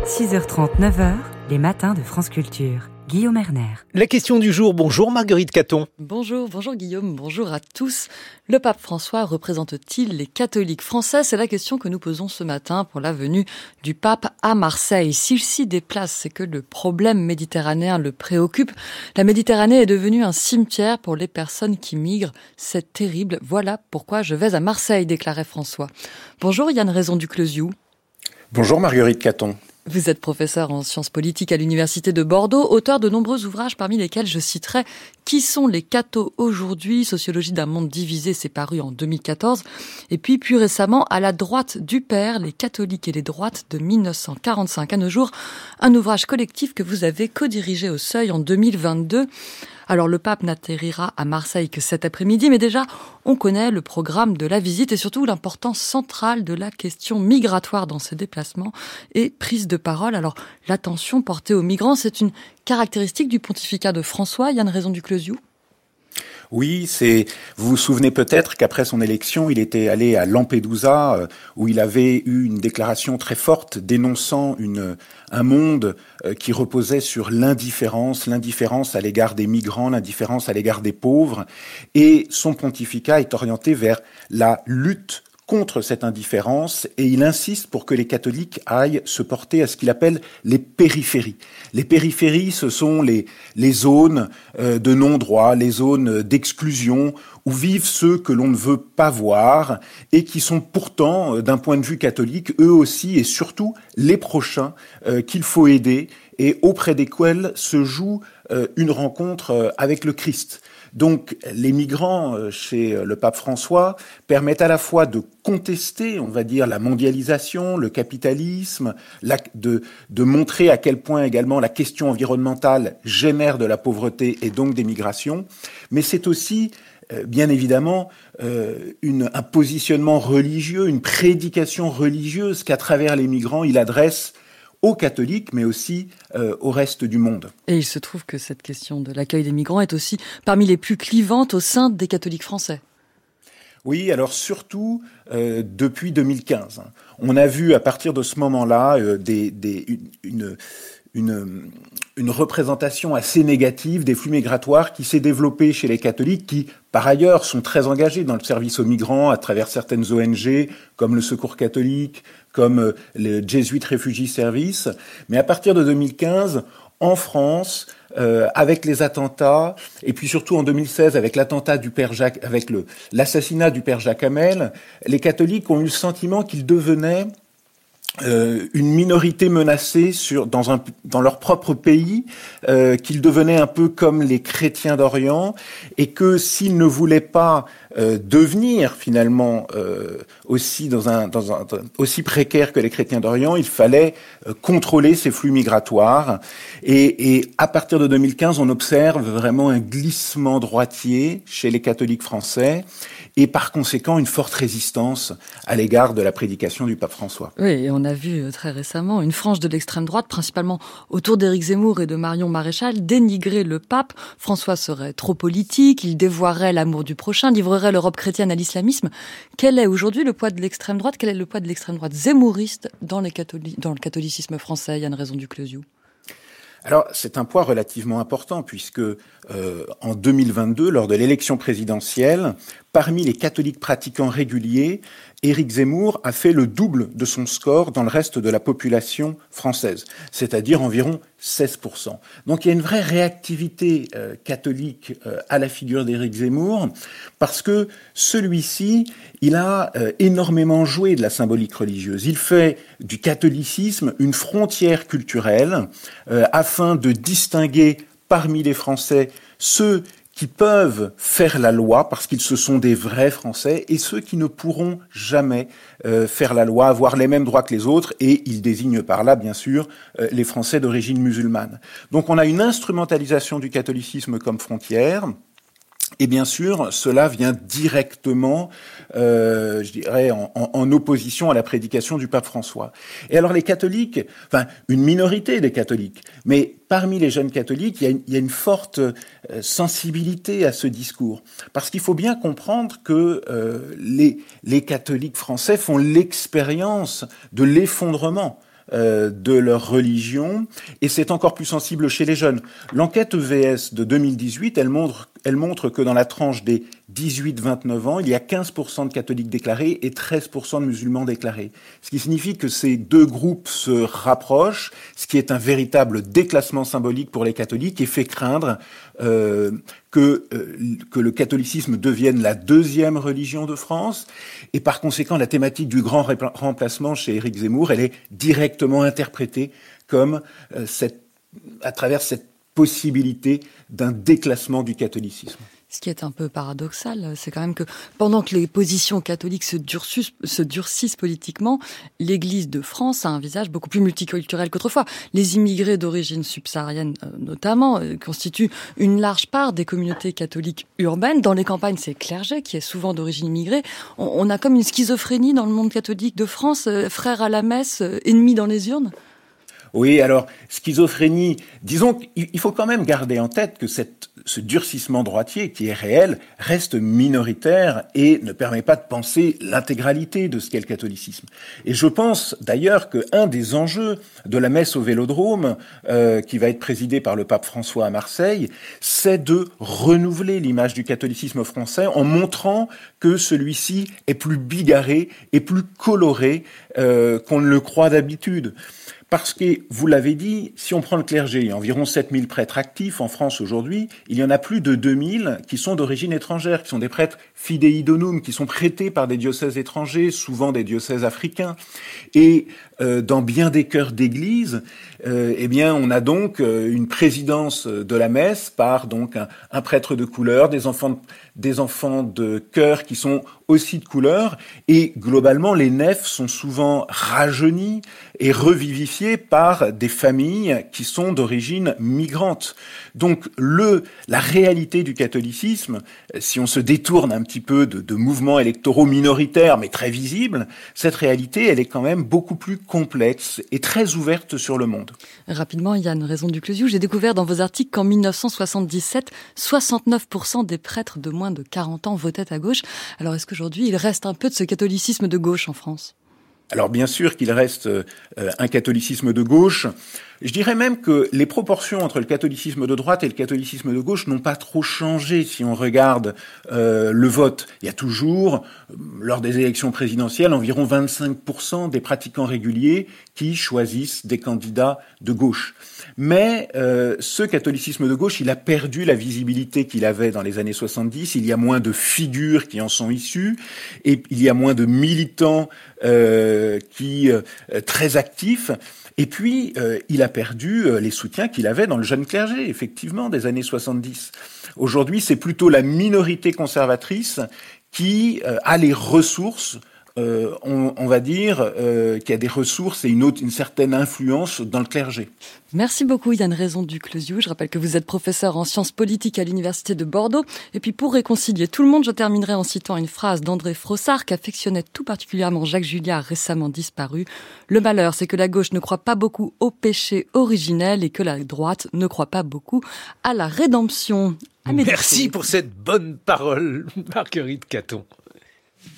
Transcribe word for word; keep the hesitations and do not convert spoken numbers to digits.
six heures trente, neuf heures, les matins de France Culture. Guillaume Erner. La question du jour. Bonjour Marguerite Caton. Bonjour, bonjour Guillaume, bonjour à tous. Le pape François représente-t-il les catholiques français ? C'est la question que nous posons ce matin pour la venue du pape à Marseille. S'il s'y déplace, c'est que le problème méditerranéen le préoccupe. La Méditerranée est devenue un cimetière pour les personnes qui migrent. C'est terrible. Voilà pourquoi je vais à Marseille, déclarait François. Bonjour Yann Raison-Ducleuziou. Bonjour Marguerite Caton. Vous êtes professeur en sciences politiques à l'Université de Bordeaux, auteur de nombreux ouvrages parmi lesquels je citerai « Qui sont les cathos aujourd'hui ? Sociologie d'un monde divisé », c'est paru en deux mille quatorze. Et puis, plus récemment, « À la droite du père, les catholiques et les droites de mille neuf cent quarante-cinq à nos jours », un ouvrage collectif que vous avez co-dirigé au Seuil en deux mille vingt-deux. Alors le pape n'atterrira à Marseille que cet après-midi, mais déjà on connaît le programme de la visite et surtout l'importance centrale de la question migratoire dans ses déplacements et prise de parole. Alors l'attention portée aux migrants, c'est une caractéristique du pontificat de François, Yann Raison-Ducleuziou ? Oui, c'est. Vous vous souvenez peut-être qu'après son élection, il était allé à Lampedusa, euh, où il avait eu une déclaration très forte dénonçant une un monde euh, qui reposait sur l'indifférence, l'indifférence à l'égard des migrants, l'indifférence à l'égard des pauvres, et son pontificat est orienté vers la lutte contre cette indifférence, et il insiste pour que les catholiques aillent se porter à ce qu'il appelle les périphéries. Les périphéries, ce sont les, les zones euh, de non-droit, les zones d'exclusion, où vivent ceux que l'on ne veut pas voir, et qui sont pourtant, euh, d'un point de vue catholique, eux aussi, et surtout, les prochains euh, qu'il faut aider, et auprès desquels se joue euh, une rencontre euh, avec le Christ. Donc, les migrants chez le pape François permettent à la fois de contester, on va dire, la mondialisation, le capitalisme, la, de, de montrer à quel point également la question environnementale génère de la pauvreté et donc des migrations, mais c'est aussi, euh, bien évidemment, euh, une, un positionnement religieux, une prédication religieuse qu'à travers les migrants, il adresse aux catholiques, mais aussi euh, au reste du monde. Et il se trouve que cette question de l'accueil des migrants est aussi parmi les plus clivantes au sein des catholiques français. Oui, alors surtout euh, depuis deux mille quinze. On a vu à partir de ce moment-là euh, des, des, une, une, une représentation assez négative des flux migratoires qui s'est développée chez les catholiques qui, par ailleurs, sont très engagés dans le service aux migrants à travers certaines O N G, comme le Secours catholique, comme le Jesuit Refugee Service. Mais à partir de deux mille quinze, en France, euh, avec les attentats, et puis surtout en deux mille seize avec l'attentat du père Jacques, avec le, l'assassinat du père Jacques Hamel, les catholiques ont eu le sentiment qu'ils devenaient Euh, une minorité menacée sur, dans, un, dans leur propre pays, euh, qu'ils devenaient un peu comme les chrétiens d'Orient, et que s'ils ne voulaient pas euh, devenir finalement euh, aussi, dans un, dans un, aussi précaires que les chrétiens d'Orient, il fallait euh, contrôler ces flux migratoires. Et, et à partir de deux mille quinze, on observe vraiment un glissement droitier chez les catholiques français, et par conséquent une forte résistance à l'égard de la prédication du pape François. Oui, et on a vu très récemment une frange de l'extrême droite, principalement autour d'Éric Zemmour et de Marion Maréchal, dénigrer le pape. François serait trop politique, il dévoirait l'amour du prochain, livrerait l'Europe chrétienne à l'islamisme. Quel est aujourd'hui le poids de l'extrême droite ? Quel est le poids de l'extrême droite zémouriste dans, les catholiques, dans le catholicisme français ? Yann Raison-Ducleuziou. Alors, c'est un poids relativement important puisque euh, en deux mille vingt-deux, lors de l'élection présidentielle, parmi les catholiques pratiquants réguliers, Éric Zemmour a fait le double de son score dans le reste de la population française, c'est-à-dire environ seize pour cent. Donc il y a une vraie réactivité euh, catholique euh, à la figure d'Éric Zemmour, parce que celui-ci, il a euh, énormément joué de la symbolique religieuse. Il fait du catholicisme une frontière culturelle, euh, afin de distinguer parmi les Français ceux qui peuvent faire la loi parce qu'ils se sont des vrais Français et ceux qui ne pourront jamais euh, faire la loi, avoir les mêmes droits que les autres, et il désigne par là, bien sûr, euh, les Français d'origine musulmane. Donc on a une instrumentalisation du catholicisme comme frontière. Et bien sûr, cela vient directement, euh, je dirais, en, en, en opposition à la prédication du pape François. Et alors les catholiques, enfin une minorité des catholiques, mais parmi les jeunes catholiques, il y a une, il y a une forte euh, sensibilité à ce discours. Parce qu'il faut bien comprendre que euh, les, les catholiques français font l'expérience de l'effondrement euh, de leur religion, et c'est encore plus sensible chez les jeunes. L'enquête E V S de deux mille dix-huit, elle montre, elle montre que dans la tranche des dix-huit vingt-neuf ans, il y a quinze pour cent de catholiques déclarés et treize pour cent de musulmans déclarés. Ce qui signifie que ces deux groupes se rapprochent, ce qui est un véritable déclassement symbolique pour les catholiques et fait craindre euh, que, euh, que le catholicisme devienne la deuxième religion de France. Et par conséquent, la thématique du grand remplacement chez Éric Zemmour, elle est directement interprétée comme euh, cette, à travers cette possibilité d'un déclassement du catholicisme. Ce qui est un peu paradoxal, c'est quand même que pendant que les positions catholiques se durcissent, se durcissent politiquement, l'Église de France a un visage beaucoup plus multiculturel qu'autrefois. Les immigrés d'origine subsaharienne, notamment, constituent une large part des communautés catholiques urbaines. Dans les campagnes, c'est le clergé qui est souvent d'origine immigrée. On a comme une schizophrénie dans le monde catholique de France, frères à la messe, ennemis dans les urnes. Oui, alors, schizophrénie, disons qu'il faut quand même garder en tête que cette, ce durcissement droitier, qui est réel, reste minoritaire et ne permet pas de penser l'intégralité de ce qu'est le catholicisme. Et je pense d'ailleurs qu'un des enjeux de la messe au Vélodrome, euh, qui va être présidée par le pape François à Marseille, c'est de renouveler l'image du catholicisme français en montrant que celui-ci est plus bigarré et plus coloré euh, qu'on ne le croit d'habitude. Parce que, vous l'avez dit, si on prend le clergé, il y a environ sept mille prêtres actifs en France aujourd'hui, il y en a plus de deux mille qui sont d'origine étrangère, qui sont des prêtres fidei donum, qui sont prêtés par des diocèses étrangers, souvent des diocèses africains. Et euh, dans bien des chœurs d'église, euh, eh bien, on a donc euh, une présidence de la messe par donc un, un prêtre de couleur, des enfants de, des enfants de chœur qui sont aussi de couleur, et globalement, les nefs sont souvent rajeunies et revivifiées par des familles qui sont d'origine migrante. Donc, le, la réalité du catholicisme, si on se détourne un petit peu de, de mouvements électoraux minoritaires, mais très visibles, cette réalité, elle est quand même beaucoup plus complexe et très ouverte sur le monde. Rapidement, Yann Raison du Closiou, j'ai découvert dans vos articles qu'en mille neuf cent soixante-dix-sept, soixante-neuf pour cent des prêtres de moins de quarante ans votaient à gauche. Alors, est-ce qu'aujourd'hui, il reste un peu de ce catholicisme de gauche en France ? Alors bien sûr qu'il reste euh, un catholicisme de gauche. Je dirais même que les proportions entre le catholicisme de droite et le catholicisme de gauche n'ont pas trop changé si on regarde euh, le vote. Il y a toujours, lors des élections présidentielles, environ vingt-cinq pour cent des pratiquants réguliers qui choisissent des candidats de gauche. Mais euh, ce catholicisme de gauche, il a perdu la visibilité qu'il avait dans les années soixante-dix. Il y a moins de figures qui en sont issues et il y a moins de militants euh, qui euh, très actifs. Et puis, euh, il a perdu euh, les soutiens qu'il avait dans le jeune clergé, effectivement, des années soixante-dix. Aujourd'hui, c'est plutôt la minorité conservatrice qui euh, a les ressources, euh, on, on va dire, euh, qui a des ressources et une, autre, une certaine influence dans le clergé. Merci beaucoup Yann Raison du Closiou. Je rappelle que vous êtes professeur en sciences politiques à l'Université de Bordeaux. Et puis pour réconcilier tout le monde, je terminerai en citant une phrase d'André Frossard qu'affectionnait tout particulièrement Jacques Julliard, récemment disparu. Le malheur, c'est que la gauche ne croit pas beaucoup au péché originel et que la droite ne croit pas beaucoup à la rédemption. Merci pour cette bonne parole, Marguerite Caton.